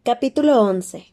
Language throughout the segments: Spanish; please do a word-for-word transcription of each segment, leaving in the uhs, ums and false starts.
Capítulo once.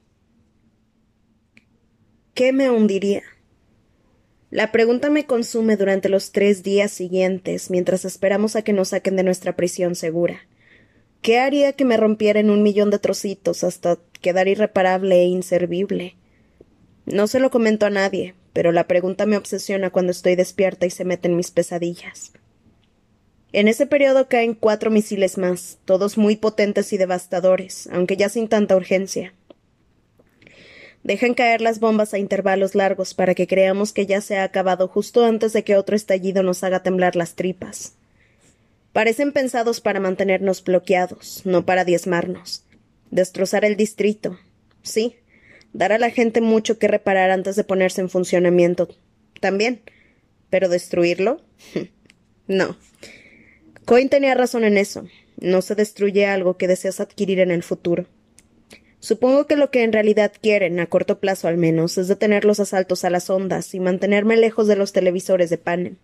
¿Qué me hundiría? La pregunta me consume durante los tres días siguientes, mientras esperamos a que nos saquen de nuestra prisión segura. ¿Qué haría que me rompiera en un millón de trocitos hasta quedar irreparable e inservible? No se lo comento a nadie, pero la pregunta me obsesiona cuando estoy despierta y se mete en mis pesadillas. En ese periodo caen cuatro misiles más, todos muy potentes y devastadores, aunque ya sin tanta urgencia. Dejan caer las bombas a intervalos largos para que creamos que ya se ha acabado justo antes de que otro estallido nos haga temblar las tripas. Parecen pensados para mantenernos bloqueados, no para diezmarnos. Destrozar el distrito. Sí, dar a la gente mucho que reparar antes de ponerse en funcionamiento. También. ¿Pero destruirlo? No. Coin tenía razón en eso. No se destruye algo que deseas adquirir en el futuro. Supongo que lo que en realidad quieren, a corto plazo al menos, es detener los asaltos a las ondas y mantenerme lejos de los televisores de Panem.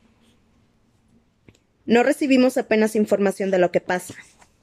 No recibimos apenas información de lo que pasa.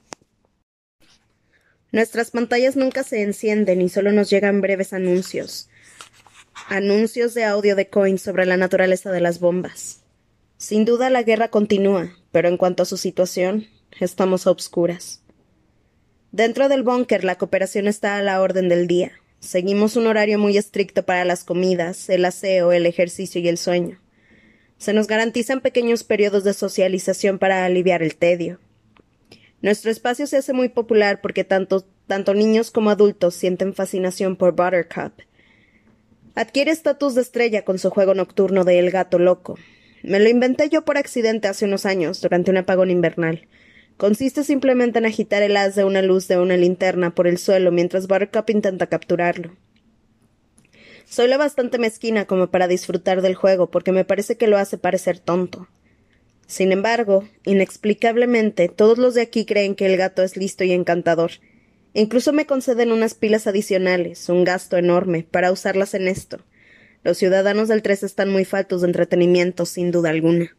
Nuestras pantallas nunca se encienden y solo nos llegan breves anuncios. Anuncios de audio de Coin sobre la naturaleza de las bombas. Sin duda la guerra continúa, pero en cuanto a su situación, estamos a obscuras. Dentro del búnker la cooperación está a la orden del día. Seguimos un horario muy estricto para las comidas, el aseo, el ejercicio y el sueño. Se nos garantizan pequeños periodos de socialización para aliviar el tedio. Nuestro espacio se hace muy popular porque tanto, tanto niños como adultos sienten fascinación por Buttercup. Adquiere estatus de estrella con su juego nocturno de El Gato Loco. Me lo inventé yo por accidente hace unos años, durante un apagón invernal. Consiste simplemente en agitar el haz de una luz de una linterna por el suelo mientras Buttercup intenta capturarlo. Soy lo bastante mezquina como para disfrutar del juego, porque me parece que lo hace parecer tonto. Sin embargo, inexplicablemente, todos los de aquí creen que el gato es listo y encantador. Incluso me conceden unas pilas adicionales, un gasto enorme, para usarlas en esto. Los ciudadanos del tres están muy faltos de entretenimiento, sin duda alguna.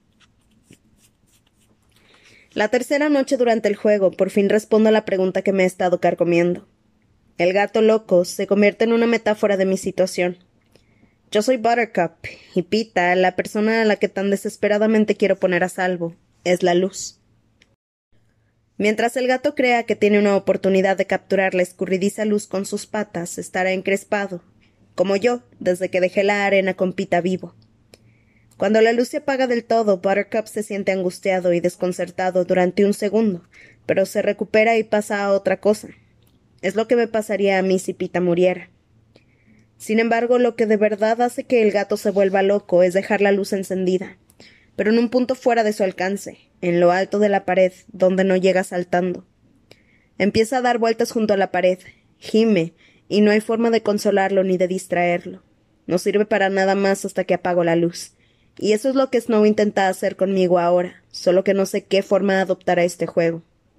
La tercera noche durante el juego, por fin respondo a la pregunta que me he estado carcomiendo. El gato loco se convierte en una metáfora de mi situación. Yo soy Buttercup, y Pita, la persona a la que tan desesperadamente quiero poner a salvo, es la luz. Mientras el gato crea que tiene una oportunidad de capturar la escurridiza luz con sus patas, estará encrespado, como yo, desde que dejé la arena con Pita vivo. Cuando la luz se apaga del todo, Buttercup se siente angustiado y desconcertado durante un segundo, pero se recupera y pasa a otra cosa. Es lo que me pasaría a mí si Pita muriera. Sin embargo, lo que de verdad hace que el gato se vuelva loco es dejar la luz encendida, pero en un punto fuera de su alcance, en lo alto de la pared, donde no llega saltando. Empieza a dar vueltas junto a la pared, gime, y no hay forma de consolarlo ni de distraerlo. No sirve para nada más hasta que apago la luz. Y eso es lo que Snow intenta hacer conmigo ahora, solo que no sé qué forma adoptará este juego.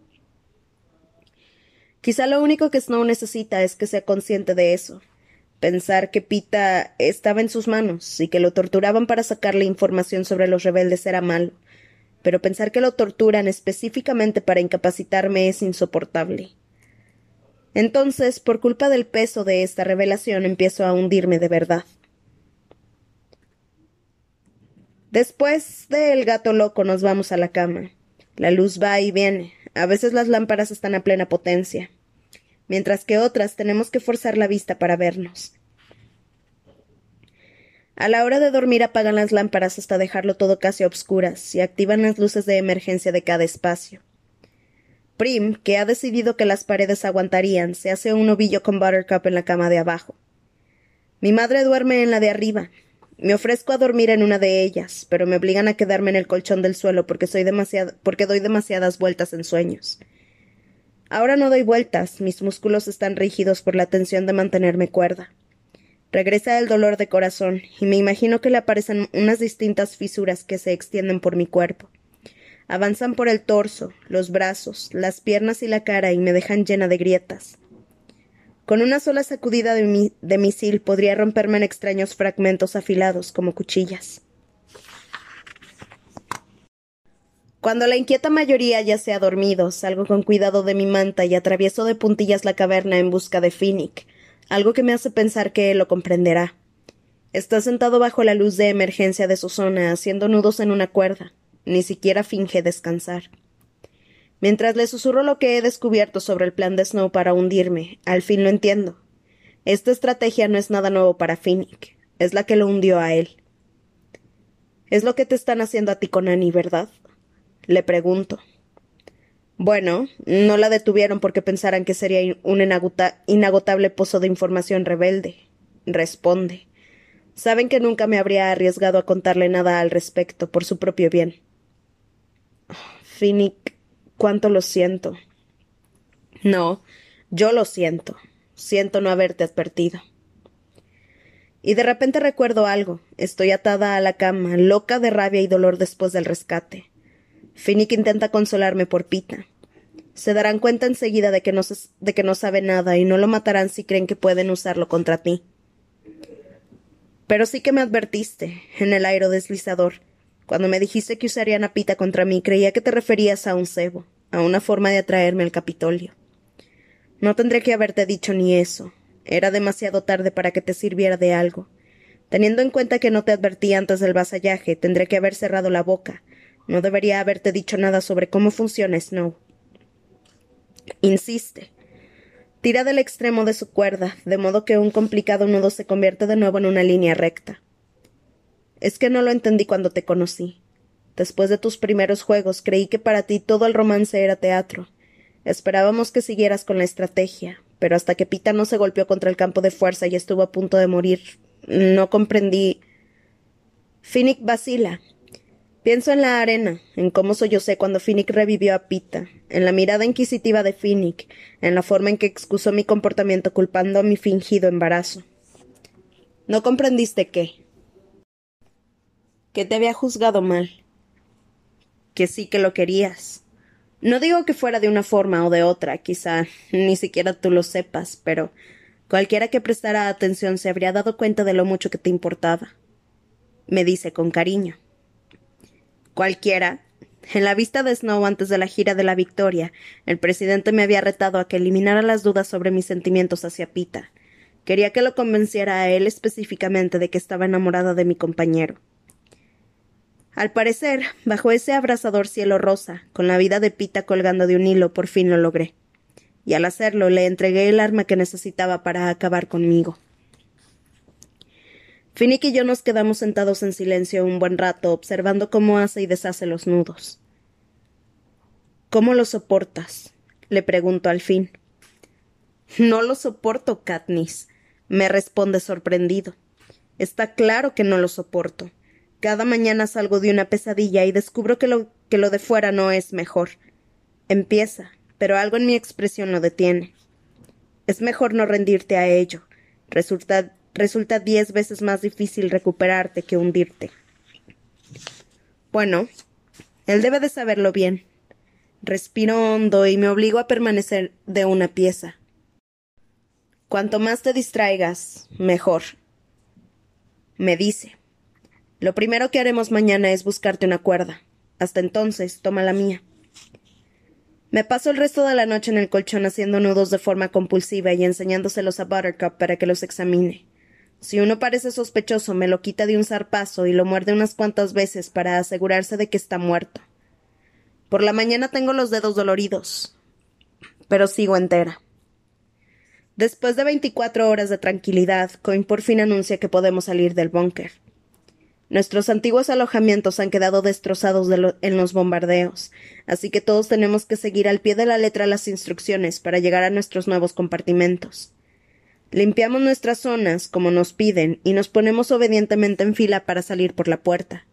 Quizá lo único que Snow necesita es que sea consciente de eso. Pensar que Pita estaba en sus manos y que lo torturaban para sacarle información sobre los rebeldes era malo, pero pensar que lo torturan específicamente para incapacitarme es insoportable. Entonces, por culpa del peso de esta revelación, empiezo a hundirme de verdad. Después de El Gato Loco nos vamos a la cama. La luz va y viene. A veces las lámparas están a plena potencia, mientras que otras tenemos que forzar la vista para vernos. A la hora de dormir apagan las lámparas hasta dejarlo todo casi a obscuras y activan las luces de emergencia de cada espacio. Prim, que ha decidido que las paredes aguantarían, se hace un ovillo con Buttercup en la cama de abajo. Mi madre duerme en la de arriba. Me ofrezco a dormir en una de ellas, pero me obligan a quedarme en el colchón del suelo porque soy demasiado, porque doy demasiadas vueltas en sueños. Ahora no doy vueltas, mis músculos están rígidos por la tensión de mantenerme cuerda. Regresa el dolor de corazón, y me imagino que le aparecen unas distintas fisuras que se extienden por mi cuerpo. Avanzan por el torso, los brazos, las piernas y la cara y me dejan llena de grietas. Con una sola sacudida de, mi, de misil podría romperme en extraños fragmentos afilados como cuchillas. Cuando la inquieta mayoría ya se ha dormido, salgo con cuidado de mi manta y atravieso de puntillas la caverna en busca de Finnick, algo que me hace pensar que él lo comprenderá. Está sentado bajo la luz de emergencia de su zona, haciendo nudos en una cuerda. Ni siquiera finge descansar. Mientras le susurro lo que he descubierto sobre el plan de Snow para hundirme, al fin lo entiendo. Esta estrategia no es nada nuevo para Finnick. Es la que lo hundió a él. Es lo que te están haciendo a ti con Annie, ¿verdad? Le pregunto. Bueno, no la detuvieron porque pensaran que sería un inagotable pozo de información rebelde. Responde. Saben que nunca me habría arriesgado a contarle nada al respecto, por su propio bien. Finnick, cuánto lo siento. No, yo lo siento. Siento no haberte advertido. Y de repente recuerdo algo. Estoy atada a la cama, loca de rabia y dolor después del rescate. Finnick intenta consolarme por Pita. Se darán cuenta enseguida de que no, se, de que no sabe nada y no lo matarán si creen que pueden usarlo contra ti. Pero sí que me advertiste, en el aerodeslizador. Cuando me dijiste que usarían a Pita contra mí, creía que te referías a un cebo, a una forma de atraerme al Capitolio. No tendré que haberte dicho ni eso. Era demasiado tarde para que te sirviera de algo. Teniendo en cuenta que no te advertí antes del vasallaje, tendré que haber cerrado la boca. No debería haberte dicho nada sobre cómo funciona Snow. Insiste. Tira del extremo de su cuerda, de modo que un complicado nudo se convierte de nuevo en una línea recta. Es que no lo entendí cuando te conocí. Después de tus primeros juegos, creí que para ti todo el romance era teatro. Esperábamos que siguieras con la estrategia, pero hasta que Pita no se golpeó contra el campo de fuerza y estuvo a punto de morir, no comprendí. Finnick vacila. Pienso en la arena, en cómo sollocé cuando Finnick revivió a Pita, en la mirada inquisitiva de Finnick, en la forma en que excusó mi comportamiento culpando a mi fingido embarazo. ¿No comprendiste qué? Que te había juzgado mal. Que sí que lo querías. No digo que fuera de una forma o de otra, quizá ni siquiera tú lo sepas, pero cualquiera que prestara atención se habría dado cuenta de lo mucho que te importaba. Me dice con cariño. Cualquiera. En la vista de Snow antes de la gira de la Victoria, el presidente me había retado a que eliminara las dudas sobre mis sentimientos hacia Pita. Quería que lo convenciera a él específicamente de que estaba enamorada de mi compañero. Al parecer, bajo ese abrasador cielo rosa, con la vida de Pita colgando de un hilo, por fin lo logré. Y al hacerlo, le entregué el arma que necesitaba para acabar conmigo. Finnick y yo nos quedamos sentados en silencio un buen rato, observando cómo hace y deshace los nudos. ¿Cómo lo soportas? Le pregunto al fin. No lo soporto, Katniss, me responde sorprendido. Está claro que no lo soporto. Cada mañana salgo de una pesadilla y descubro que lo, que lo de fuera no es mejor. Empieza, pero algo en mi expresión lo detiene. Es mejor no rendirte a ello. Resulta Resulta diez veces más difícil recuperarte que hundirte. Bueno, él debe de saberlo bien. Respiro hondo y me obligo a permanecer de una pieza. Cuanto más te distraigas, mejor. Me dice. Lo primero que haremos mañana es buscarte una cuerda. Hasta entonces, toma la mía. Me paso el resto de la noche en el colchón haciendo nudos de forma compulsiva y enseñándoselos a Buttercup para que los examine. Si uno parece sospechoso, me lo quita de un zarpazo y lo muerde unas cuantas veces para asegurarse de que está muerto. Por la mañana tengo los dedos doloridos, pero sigo entera. Después de veinticuatro horas de tranquilidad, Coin por fin anuncia que podemos salir del búnker. Nuestros antiguos alojamientos han quedado destrozados de lo- en los bombardeos, así que todos tenemos que seguir al pie de la letra las instrucciones para llegar a nuestros nuevos compartimentos. Limpiamos nuestras zonas, como nos piden, y nos ponemos obedientemente en fila para salir por la puerta.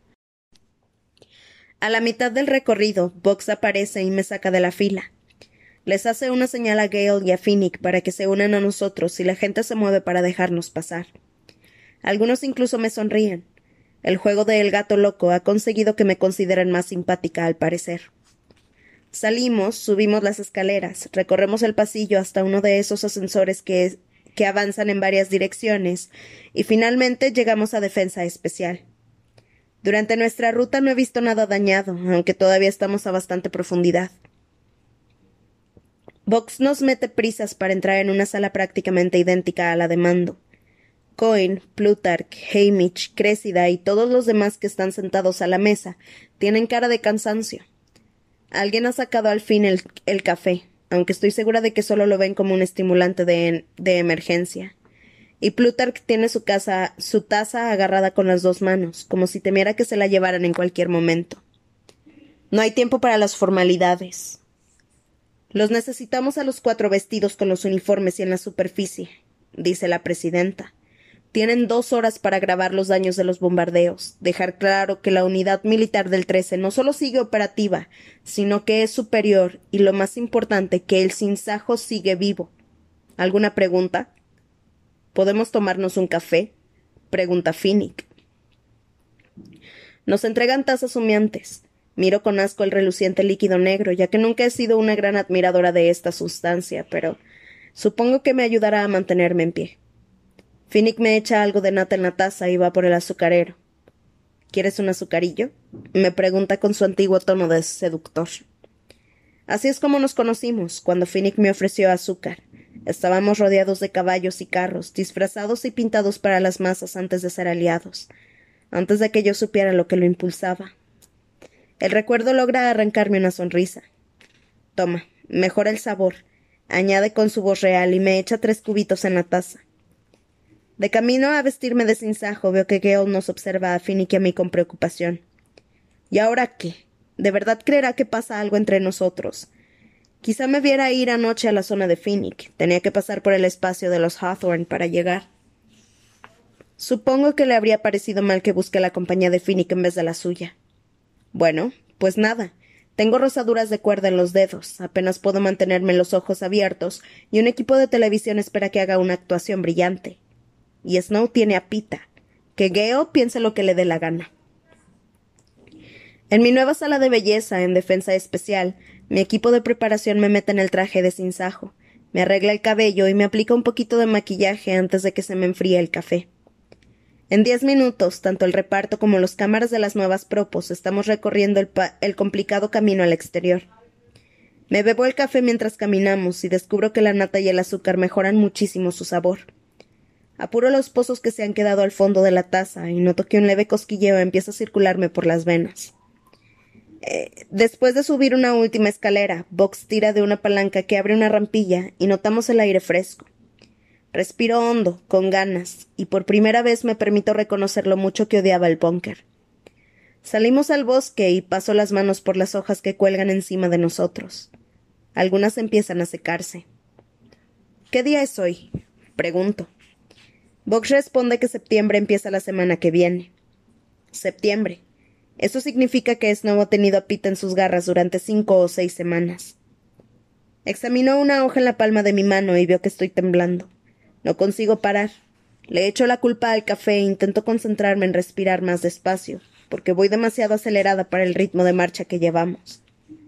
A la mitad del recorrido, Box aparece y me saca de la fila. Les hace una señal a Gale y a Finnick para que se unan a nosotros y la gente se mueve para dejarnos pasar. Algunos incluso me sonríen. El juego de El gato loco ha conseguido que me consideren más simpática, al parecer. Salimos, subimos las escaleras, recorremos el pasillo hasta uno de esos ascensores que, que avanzan en varias direcciones, y finalmente llegamos a Defensa Especial. Durante nuestra ruta no he visto nada dañado, aunque todavía estamos a bastante profundidad. Vox nos mete prisas para entrar en una sala prácticamente idéntica a la de mando. Coin, Plutarch, Hamish, Cressida y todos los demás que están sentados a la mesa tienen cara de cansancio. Alguien ha sacado al fin el, el café, aunque estoy segura de que solo lo ven como un estimulante de, de emergencia. Y Plutarch tiene su, casa, su taza agarrada con las dos manos, como si temiera que se la llevaran en cualquier momento. No hay tiempo para las formalidades. Los necesitamos a los cuatro vestidos con los uniformes y en la superficie, dice la presidenta. Tienen dos horas para grabar los daños de los bombardeos, dejar claro que la unidad militar del trece no solo sigue operativa, sino que es superior y, lo más importante, que el sinsajo sigue vivo. ¿Alguna pregunta? ¿Podemos tomarnos un café? Pregunta Finnick. Nos entregan tazas humeantes. Miro con asco el reluciente líquido negro, ya que nunca he sido una gran admiradora de esta sustancia, pero supongo que me ayudará a mantenerme en pie. Finnick me echa algo de nata en la taza y va por el azucarero. ¿Quieres un azucarillo? Me pregunta con su antiguo tono de seductor. Así es como nos conocimos, cuando Finnick me ofreció azúcar. Estábamos rodeados de caballos y carros, disfrazados y pintados para las masas antes de ser aliados, antes de que yo supiera lo que lo impulsaba. El recuerdo logra arrancarme una sonrisa. Toma, mejora el sabor, añade con su voz real y me echa tres cubitos en la taza. De camino a vestirme de sinsajo veo que Gale nos observa a Finnick y a mí con preocupación. ¿Y ahora qué? ¿De verdad creerá que pasa algo entre nosotros? Quizá me viera ir anoche a la zona de Finnick. Tenía que pasar por el espacio de los Hawthorne para llegar. Supongo que le habría parecido mal que busque la compañía de Finnick en vez de la suya. Bueno, pues nada. Tengo rosaduras de cuerda en los dedos, apenas puedo mantenerme los ojos abiertos, y un equipo de televisión espera que haga una actuación brillante. Y Snow tiene a Pita. Que Gale piense lo que le dé la gana. En mi nueva sala de belleza, en defensa especial, mi equipo de preparación me mete en el traje de sinsajo, me arregla el cabello y me aplica un poquito de maquillaje antes de que se me enfríe el café. En diez minutos, tanto el reparto como los cámaras de las nuevas propos estamos recorriendo el, el complicado camino al exterior. Me bebo el café mientras caminamos y descubro que la nata y el azúcar mejoran muchísimo su sabor. Apuro los pozos que se han quedado al fondo de la taza y noto que un leve cosquilleo empieza a circularme por las venas. Eh, después de subir una última escalera, Vox tira de una palanca que abre una rampilla y notamos el aire fresco. Respiro hondo, con ganas, y por primera vez me permito reconocer lo mucho que odiaba el búnker. Salimos al bosque y paso las manos por las hojas que cuelgan encima de nosotros. Algunas empiezan a secarse. ¿Qué día es hoy? Pregunto. Vox responde que septiembre empieza la semana que viene. Septiembre. Eso significa que Snow ha tenido a Pita en sus garras durante cinco o seis semanas. Examino una hoja en la palma de mi mano y veo que estoy temblando. No consigo parar. Le echo la culpa al café e intento concentrarme en respirar más despacio, porque voy demasiado acelerada para el ritmo de marcha que llevamos.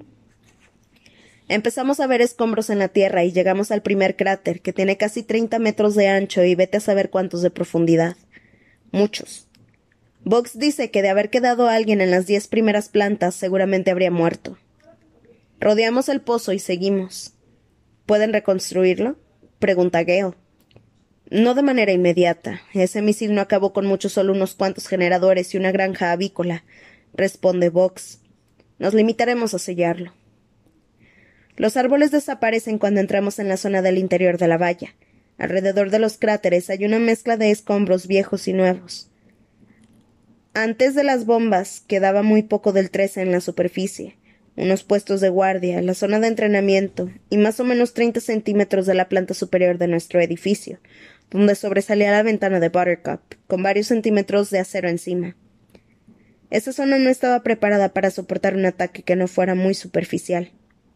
Empezamos a ver escombros en la tierra y llegamos al primer cráter, que tiene casi treinta metros de ancho y vete a saber cuántos de profundidad. Muchos. Vox dice que de haber quedado alguien en las diez primeras plantas seguramente habría muerto. Rodeamos el pozo y seguimos. ¿Pueden reconstruirlo? Pregunta Gale. No de manera inmediata. Ese misil no acabó con mucho, solo unos cuantos generadores y una granja avícola, responde Vox. Nos limitaremos a sellarlo. Los árboles desaparecen cuando entramos en la zona del interior de la valla. Alrededor de los cráteres hay una mezcla de escombros viejos y nuevos. Antes de las bombas quedaba muy poco del trece en la superficie, unos puestos de guardia, la zona de entrenamiento y más o menos treinta centímetros de la planta superior de nuestro edificio, donde sobresalía la ventana de Buttercup, con varios centímetros de acero encima. Esa zona no estaba preparada para soportar un ataque que no fuera muy superficial.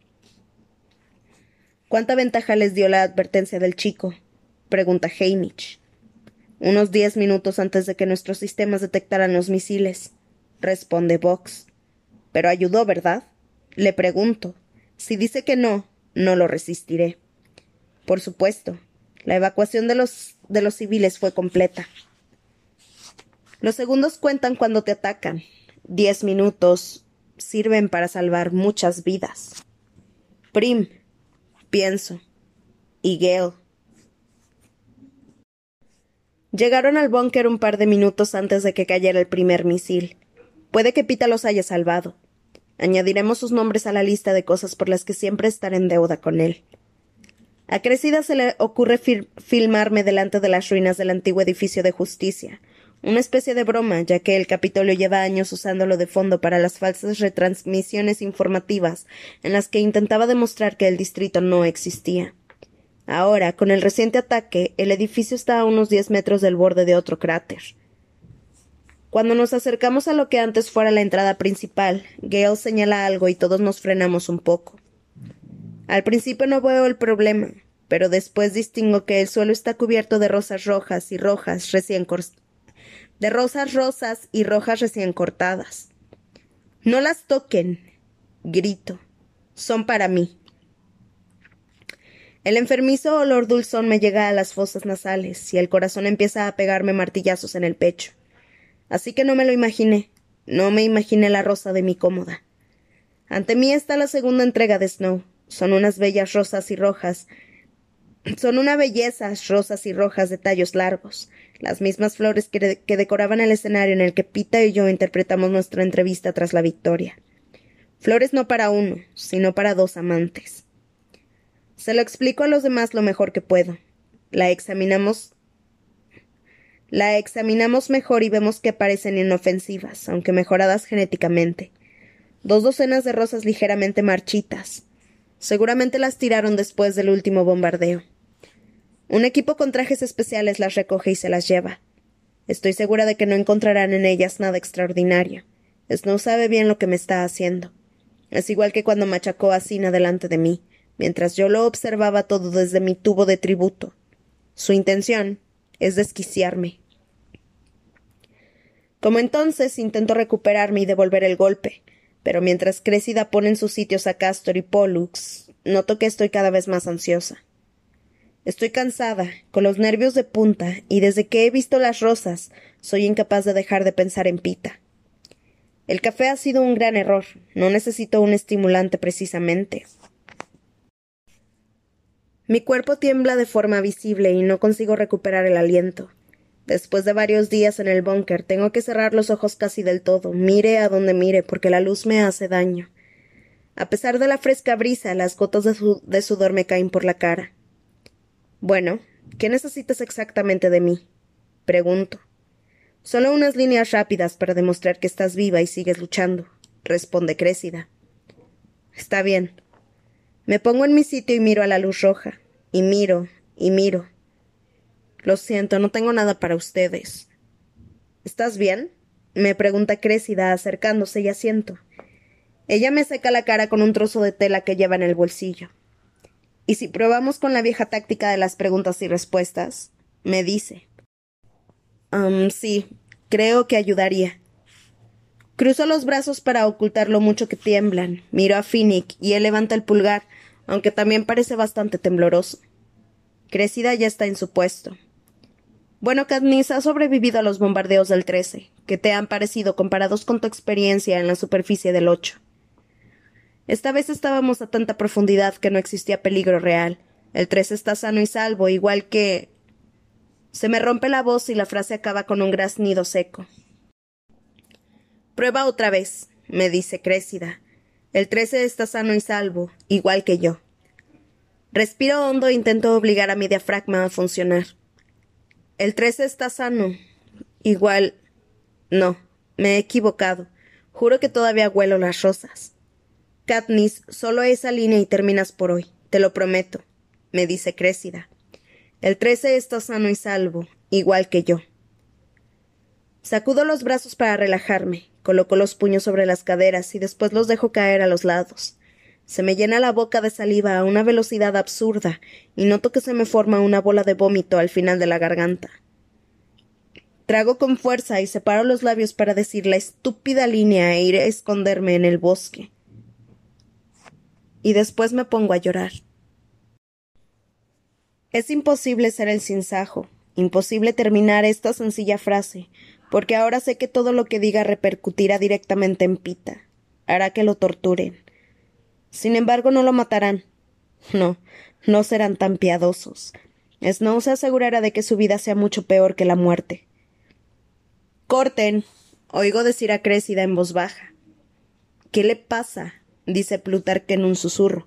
¿Cuánta ventaja les dio la advertencia del chico? Pregunta Hamish. Unos diez minutos antes de que nuestros sistemas detectaran los misiles, responde Vox. Pero ayudó, ¿verdad? Le pregunto. Si dice que no, no lo resistiré. Por supuesto. La evacuación de los, de los civiles fue completa. Los segundos cuentan cuando te atacan. Diez minutos sirven para salvar muchas vidas. Prim, pienso. Y Gale. Llegaron al búnker un par de minutos antes de que cayera el primer misil. Puede que Pita los haya salvado. Añadiremos sus nombres a la lista de cosas por las que siempre estaré en deuda con él. A Cressida se le ocurre fil- filmarme delante de las ruinas del antiguo edificio de justicia, una especie de broma, ya que el Capitolio lleva años usándolo de fondo para las falsas retransmisiones informativas en las que intentaba demostrar que el distrito no existía. Ahora, con el reciente ataque, el edificio está a unos diez metros del borde de otro cráter. Cuando nos acercamos a lo que antes fuera la entrada principal, Gale señala algo y todos nos frenamos un poco. Al principio no veo el problema, pero después distingo que el suelo está cubierto de rosas rojas y rojas recién cortadas. de rosas rosas y rojas recién cortadas. «No las toquen», grito. «Son para mí». El enfermizo olor dulzón me llega a las fosas nasales y el corazón empieza a pegarme martillazos en el pecho. Así que no me lo imaginé. No me imaginé la rosa de mi cómoda. Ante mí está la segunda entrega de Snow. Son unas bellas rosas y rojas. Son una belleza rosas y rojas de tallos largos, las mismas flores que, de- que decoraban el escenario en el que Pita y yo interpretamos nuestra entrevista tras la victoria. Flores no para uno, sino para dos amantes. Se lo explico a los demás lo mejor que puedo. La examinamos. La examinamos mejor y vemos que parecen inofensivas, aunque mejoradas genéticamente. Dos docenas de rosas ligeramente marchitas. Seguramente las tiraron después del último bombardeo. Un equipo con trajes especiales las recoge y se las lleva. Estoy segura de que no encontrarán en ellas nada extraordinario. Snow sabe bien lo que me está haciendo. Es igual que cuando machacó a Sina delante de mí, mientras yo lo observaba todo desde mi tubo de tributo. Su intención es desquiciarme. Como entonces, intento recuperarme y devolver el golpe, pero mientras Cressida pone en sus sitios a Castor y Pollux, noto que estoy cada vez más ansiosa. Estoy cansada, con los nervios de punta, y desde que he visto las rosas, soy incapaz de dejar de pensar en Pita. El café ha sido un gran error. No necesito un estimulante precisamente. Mi cuerpo tiembla de forma visible y no consigo recuperar el aliento. Después de varios días en el búnker, tengo que cerrar los ojos casi del todo, mire a donde mire, porque la luz me hace daño. A pesar de la fresca brisa, las gotas de, su- de sudor me caen por la cara. Bueno, ¿qué necesitas exactamente de mí? Pregunto. Solo unas líneas rápidas para demostrar que estás viva y sigues luchando, responde Cressida. Está bien. Me pongo en mi sitio y miro a la luz roja. Y miro, y miro. Lo siento, no tengo nada para ustedes. ¿Estás bien? Me pregunta Cressida acercándose y asiento. Ella me seca la cara con un trozo de tela que lleva en el bolsillo. ¿Y si probamos con la vieja táctica de las preguntas y respuestas? Me dice. Um, sí, creo que ayudaría. Cruzo los brazos para ocultar lo mucho que tiemblan. Miro a Finnick y él levanta el pulgar, aunque también parece bastante tembloroso. Cressida ya está en su puesto. Bueno, Katniss, has sobrevivido a los bombardeos del trece. ¿Qué te han parecido comparados con tu experiencia en la superficie del ocho? Esta vez estábamos a tanta profundidad que no existía peligro real. El trece está sano y salvo, igual que... Se me rompe la voz y la frase acaba con un graznido seco. Prueba otra vez, me dice Cressida. El trece está sano y salvo, igual que yo. Respiro hondo e intento obligar a mi diafragma a funcionar. El trece está sano. Igual... No, me he equivocado. Juro que todavía huelo las rosas. Katniss, solo esa línea y terminas por hoy. Te lo prometo, me dice Cressida. El trece está sano y salvo, igual que yo. Sacudo los brazos para relajarme, coloco los puños sobre las caderas y después los dejo caer a los lados. Se me llena la boca de saliva a una velocidad absurda y noto que se me forma una bola de vómito al final de la garganta. Trago con fuerza y separo los labios para decir la estúpida línea e ir a esconderme en el bosque. Y después me pongo a llorar. Es imposible ser el sinsajo, imposible terminar esta sencilla frase, porque ahora sé que todo lo que diga repercutirá directamente en Pita. Hará que lo torturen. Sin embargo, no lo matarán. No, no serán tan piadosos. Snow se asegurará de que su vida sea mucho peor que la muerte. —¡Corten! —oigo decir a Cressida en voz baja. —¿Qué le pasa? —dice Plutarch en un susurro.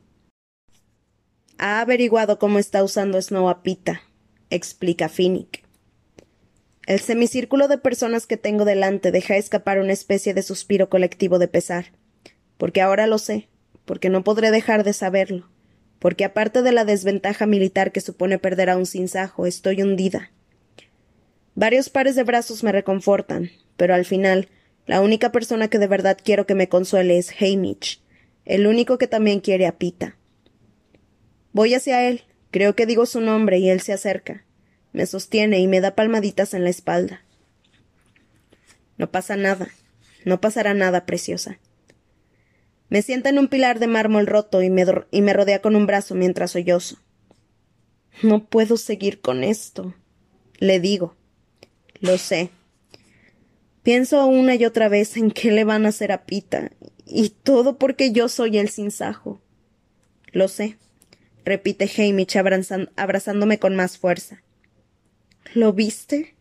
Ha averiguado cómo está usando Snow a Pita —explica Finnick. El semicírculo de personas que tengo delante deja escapar una especie de suspiro colectivo de pesar. Porque ahora lo sé, porque no podré dejar de saberlo, porque aparte de la desventaja militar que supone perder a un sinsajo, estoy hundida. Varios pares de brazos me reconfortan, pero al final, la única persona que de verdad quiero que me consuele es Haymitch, el único que también quiere a Pita. Voy hacia él, creo que digo su nombre y él se acerca. Me sostiene y me da palmaditas en la espalda. No pasa nada, no pasará nada, preciosa. Me sienta en un pilar de mármol roto y me, y me rodea con un brazo mientras sollozo. No puedo seguir con esto, le digo. Lo sé. Pienso una y otra vez en qué le van a hacer a Pita, y todo porque yo soy el sinsajo. Lo sé, repite Haymitch abrazándome con más fuerza. ¿Lo viste?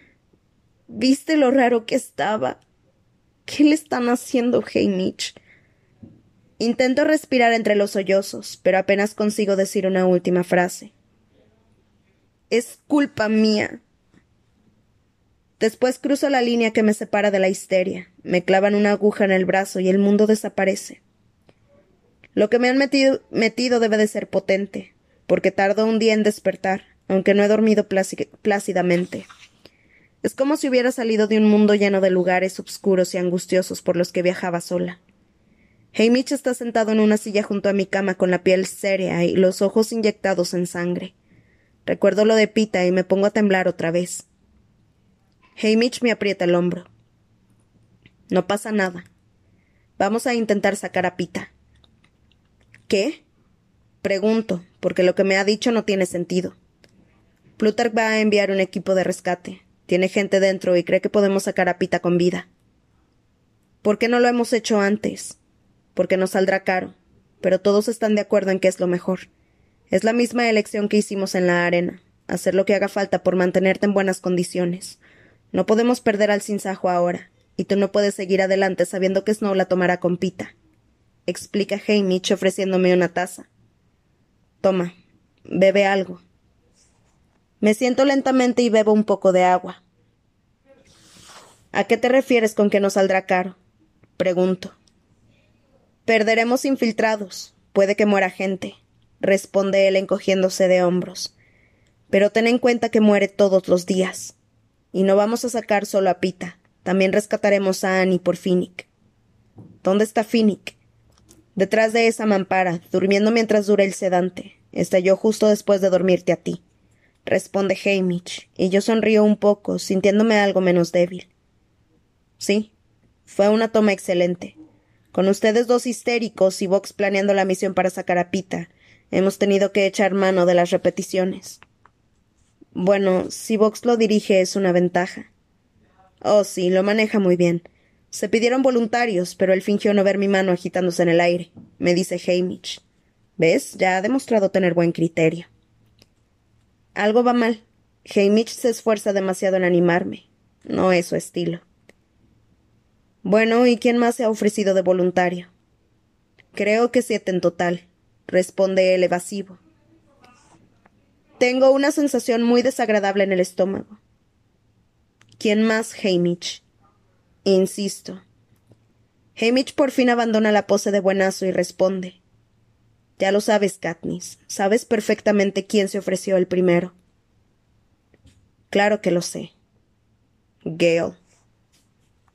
¿Viste lo raro que estaba? ¿Qué le están haciendo, Haymitch? Intento respirar entre los sollozos, pero apenas consigo decir una última frase. Es culpa mía. Después cruzo la línea que me separa de la histeria, me clavan una aguja en el brazo y el mundo desaparece. Lo que me han metido, metido debe de ser potente, porque tardo un día en despertar, aunque no he dormido plácidamente. Es como si hubiera salido de un mundo lleno de lugares oscuros y angustiosos por los que viajaba sola. Haymitch está sentado en una silla junto a mi cama con la piel seria y los ojos inyectados en sangre. Recuerdo lo de Pita y me pongo a temblar otra vez. Haymitch me aprieta el hombro. No pasa nada. Vamos a intentar sacar a Pita. ¿Qué? Pregunto, porque lo que me ha dicho no tiene sentido. Plutarch va a enviar un equipo de rescate. Tiene gente dentro y cree que podemos sacar a Pita con vida. ¿Por qué no lo hemos hecho antes? Porque nos saldrá caro, pero todos están de acuerdo en que es lo mejor. Es la misma elección que hicimos en la arena, hacer lo que haga falta por mantenerte en buenas condiciones. No podemos perder al sinsajo ahora, y tú no puedes seguir adelante sabiendo que Snow la tomará con Pita, explica Haymitch ofreciéndome una taza. Toma, bebe algo. Me siento lentamente y bebo un poco de agua. ¿A qué te refieres con que nos saldrá caro? Pregunto. Perderemos infiltrados. Puede que muera gente, responde él encogiéndose de hombros. Pero ten en cuenta que muere todos los días. Y no vamos a sacar solo a Pita. También rescataremos a Annie por Finnick. ¿Dónde está Finnick? Detrás de esa mampara, durmiendo mientras dura el sedante. Estalló justo después de dormirte a ti, responde Haymitch, y yo sonrío un poco, sintiéndome algo menos débil. Sí, fue una toma excelente. Con ustedes dos histéricos y Vox planeando la misión para sacar a Pita, hemos tenido que echar mano de las repeticiones. Bueno, si Vox lo dirige es una ventaja. Oh, sí, lo maneja muy bien. Se pidieron voluntarios, pero él fingió no ver mi mano agitándose en el aire, me dice Haymitch. ¿Ves? Ya ha demostrado tener buen criterio. Algo va mal. Haymitch se esfuerza demasiado en animarme. No es su estilo. Bueno, ¿y quién más se ha ofrecido de voluntario? Creo que siete en total, responde él evasivo. Tengo una sensación muy desagradable en el estómago. ¿Quién más, Haymitch? Insisto. Haymitch por fin abandona la pose de buenazo y responde. Ya lo sabes, Katniss. Sabes perfectamente quién se ofreció el primero. Claro que lo sé. Gale.